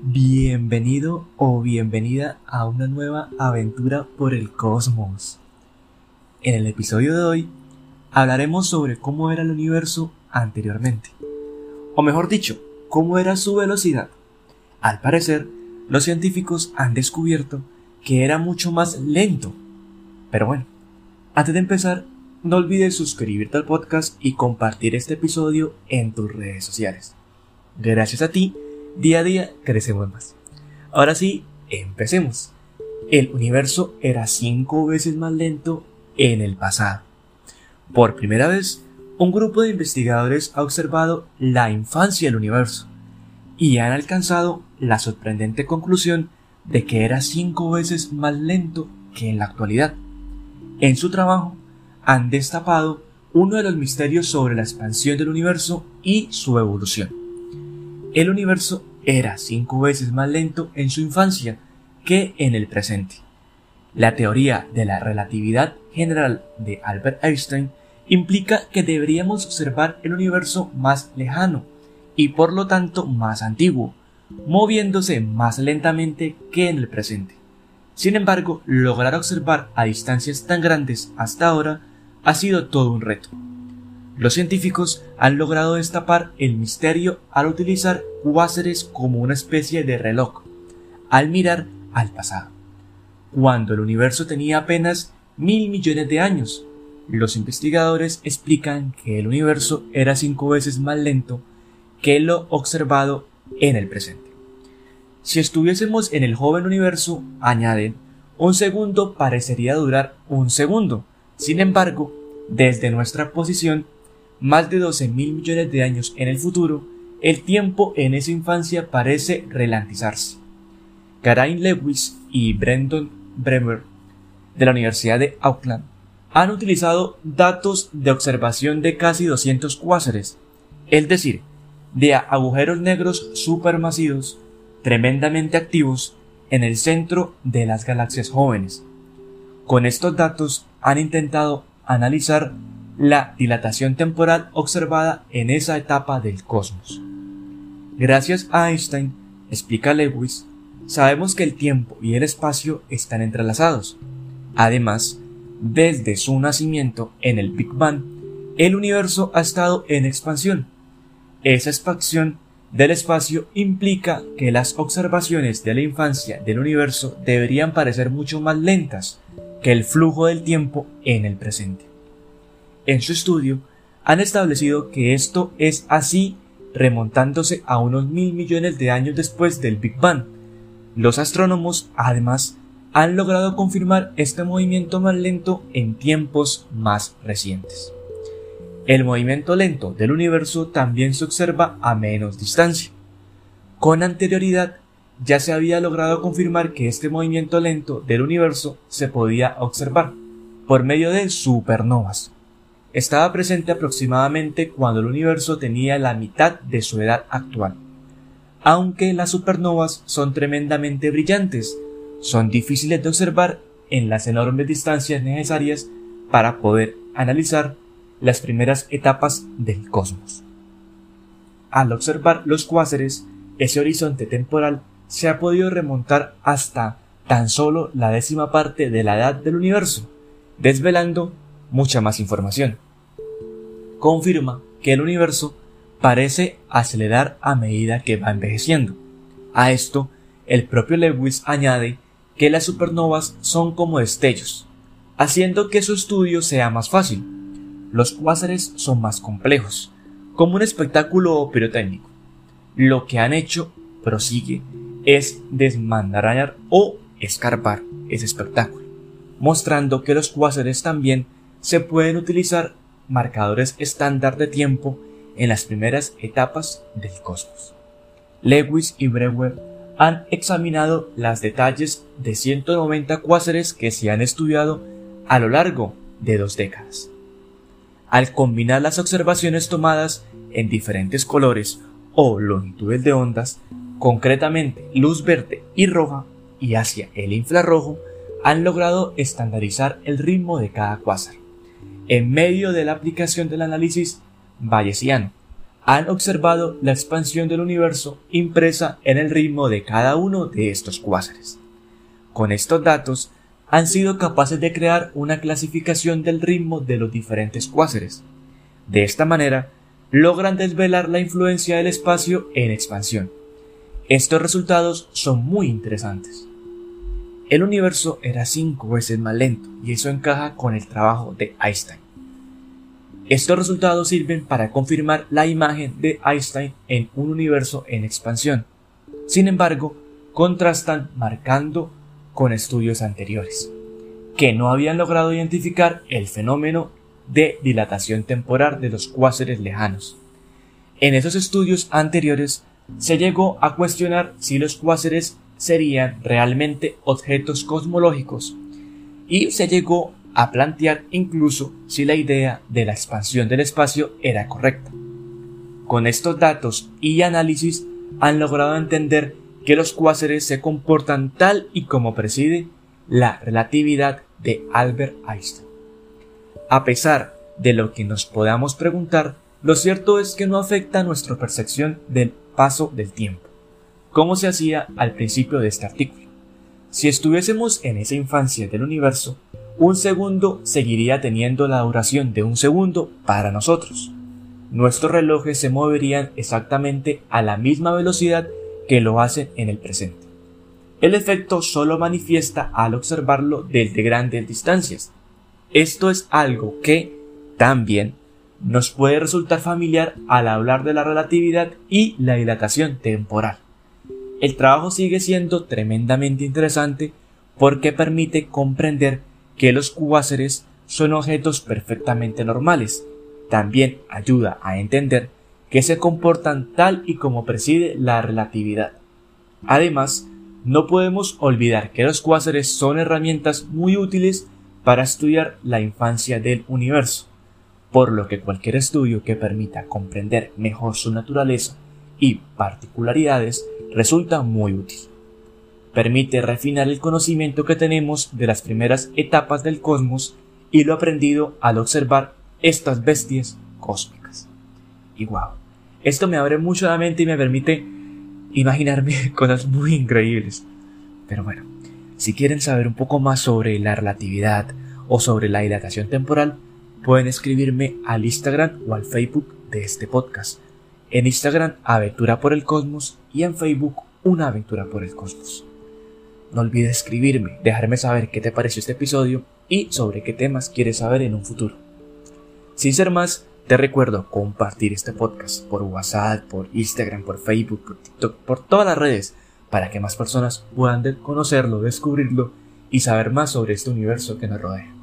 Bienvenido o bienvenida a una nueva aventura por el cosmos. En el episodio de hoy hablaremos sobre cómo era el universo anteriormente, o mejor dicho, cómo era su velocidad. Al parecer, los científicos han descubierto que era mucho más lento. Pero bueno, antes de empezar, no olvides suscribirte al podcast y compartir este episodio en tus redes sociales. Gracias a ti, día a día crecemos más. Ahora sí, empecemos. El universo era 5 veces más lento en el pasado. Por primera vez, un grupo de investigadores ha observado la infancia del universo y han alcanzado la sorprendente conclusión de que era 5 veces más lento que en la actualidad. En su trabajo, han destapado uno de los misterios sobre la expansión del universo y su evolución. El universo era 5 veces más lento en su infancia que en el presente. La teoría de la relatividad general de Albert Einstein implica que deberíamos observar el universo más lejano y por lo tanto más antiguo, moviéndose más lentamente que en el presente. Sin embargo, lograr observar a distancias tan grandes hasta ahora ha sido todo un reto. Los científicos han logrado destapar el misterio al utilizar cuásares como una especie de reloj, al mirar al pasado. Cuando el universo tenía apenas 1.000 millones de años, los investigadores explican que el universo era 5 veces más lento que lo observado en el presente. Si estuviésemos en el joven universo, añaden, un segundo parecería durar un segundo. Sin embargo, desde nuestra posición, más de 12.000 millones de años en el futuro, el tiempo en esa infancia parece ralentizarse. Geraint Lewis y Brendan Bremer, de la Universidad de Auckland, han utilizado datos de observación de casi 200 cuásares, es decir, de agujeros negros supermasivos tremendamente activos en el centro de las galaxias jóvenes. Con estos datos han intentado analizar la dilatación temporal observada en esa etapa del cosmos. Gracias a Einstein, explica Lewis, sabemos que el tiempo y el espacio están entrelazados. Además, desde su nacimiento en el Big Bang, el universo ha estado en expansión. Esa expansión del espacio implica que las observaciones de la infancia del universo deberían parecer mucho más lentas que el flujo del tiempo en el presente. En su estudio, han establecido que esto es así remontándose a unos 1.000 millones de años después del Big Bang. Los astrónomos, además, han logrado confirmar este movimiento más lento en tiempos más recientes. El movimiento lento del universo también se observa a menos distancia. Con anterioridad, ya se había logrado confirmar que este movimiento lento del universo se podía observar por medio de supernovas. Estaba presente aproximadamente cuando el universo tenía la mitad de su edad actual. Aunque las supernovas son tremendamente brillantes, son difíciles de observar en las enormes distancias necesarias para poder analizar las primeras etapas del cosmos. Al observar los cuásares, ese horizonte temporal se ha podido remontar hasta tan solo la 10ª parte de la edad del universo, desvelando mucha más información. Confirma que el universo parece acelerar a medida que va envejeciendo. A esto, el propio Lewis añade que las supernovas son como destellos, haciendo que su estudio sea más fácil. Los cuásares son más complejos, como un espectáculo pirotécnico. Lo que han hecho, prosigue, es desmarañar o escarbar ese espectáculo, mostrando que los cuásares también se pueden utilizar marcadores estándar de tiempo en las primeras etapas del cosmos. Lewis y Brewer han examinado los detalles de 190 cuásares que se han estudiado a lo largo de 2 décadas. Al combinar las observaciones tomadas en diferentes colores o longitudes de ondas, concretamente luz verde y roja y hacia el infrarrojo, han logrado estandarizar el ritmo de cada cuásar. En medio de la aplicación del análisis bayesiano, han observado la expansión del universo impresa en el ritmo de cada uno de estos cuásares. Con estos datos, han sido capaces de crear una clasificación del ritmo de los diferentes cuásares. De esta manera, logran desvelar la influencia del espacio en expansión. Estos resultados son muy interesantes. El universo era 5 veces más lento y eso encaja con el trabajo de Einstein. Estos resultados sirven para confirmar la imagen de Einstein en un universo en expansión. Sin embargo, contrastan marcando con estudios anteriores, que no habían logrado identificar el fenómeno de dilatación temporal de los cuásares lejanos. En esos estudios anteriores se llegó a cuestionar si los cuásares serían realmente objetos cosmológicos y se llegó a plantear incluso si la idea de la expansión del espacio era correcta. Con estos datos y análisis han logrado entender que los cuásares se comportan tal y como preside la relatividad de Albert Einstein. A pesar de lo que nos podamos preguntar, lo cierto es que no afecta nuestra percepción del paso del tiempo, como se hacía al principio de este artículo. Si estuviésemos en esa infancia del universo, un segundo seguiría teniendo la duración de un segundo para nosotros. Nuestros relojes se moverían exactamente a la misma velocidad que lo hacen en el presente. El efecto solo manifiesta al observarlo desde grandes distancias. Esto es algo que, también, nos puede resultar familiar al hablar de la relatividad y la dilatación temporal. El trabajo sigue siendo tremendamente interesante porque permite comprender que los cuásares son objetos perfectamente normales. También ayuda a entender que se comportan tal y como preside la relatividad. Además, no podemos olvidar que los cuásares son herramientas muy útiles para estudiar la infancia del universo, por lo que cualquier estudio que permita comprender mejor su naturaleza y particularidades resulta muy útil. Permite refinar el conocimiento que tenemos de las primeras etapas del cosmos y lo aprendido al observar estas bestias cósmicas. Y wow, esto me abre mucho la mente y me permite imaginarme cosas muy increíbles. Pero bueno, si quieren saber un poco más sobre la relatividad o sobre la dilatación temporal, pueden escribirme al Instagram o al Facebook de este podcast. En Instagram, Aventura por el Cosmos, y en Facebook, Una Aventura por el Cosmos. No olvides escribirme, dejarme saber qué te pareció este episodio y sobre qué temas quieres saber en un futuro. Sin ser más, te recuerdo compartir este podcast por WhatsApp, por Instagram, por Facebook, por TikTok, por todas las redes, para que más personas puedan conocerlo, descubrirlo y saber más sobre este universo que nos rodea.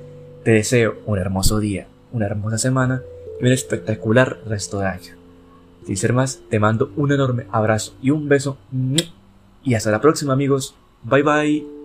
Te deseo un hermoso día, una hermosa semana y un espectacular resto de año. Sin ser más, te mando un enorme abrazo y un beso. Y hasta la próxima, amigos. Bye bye.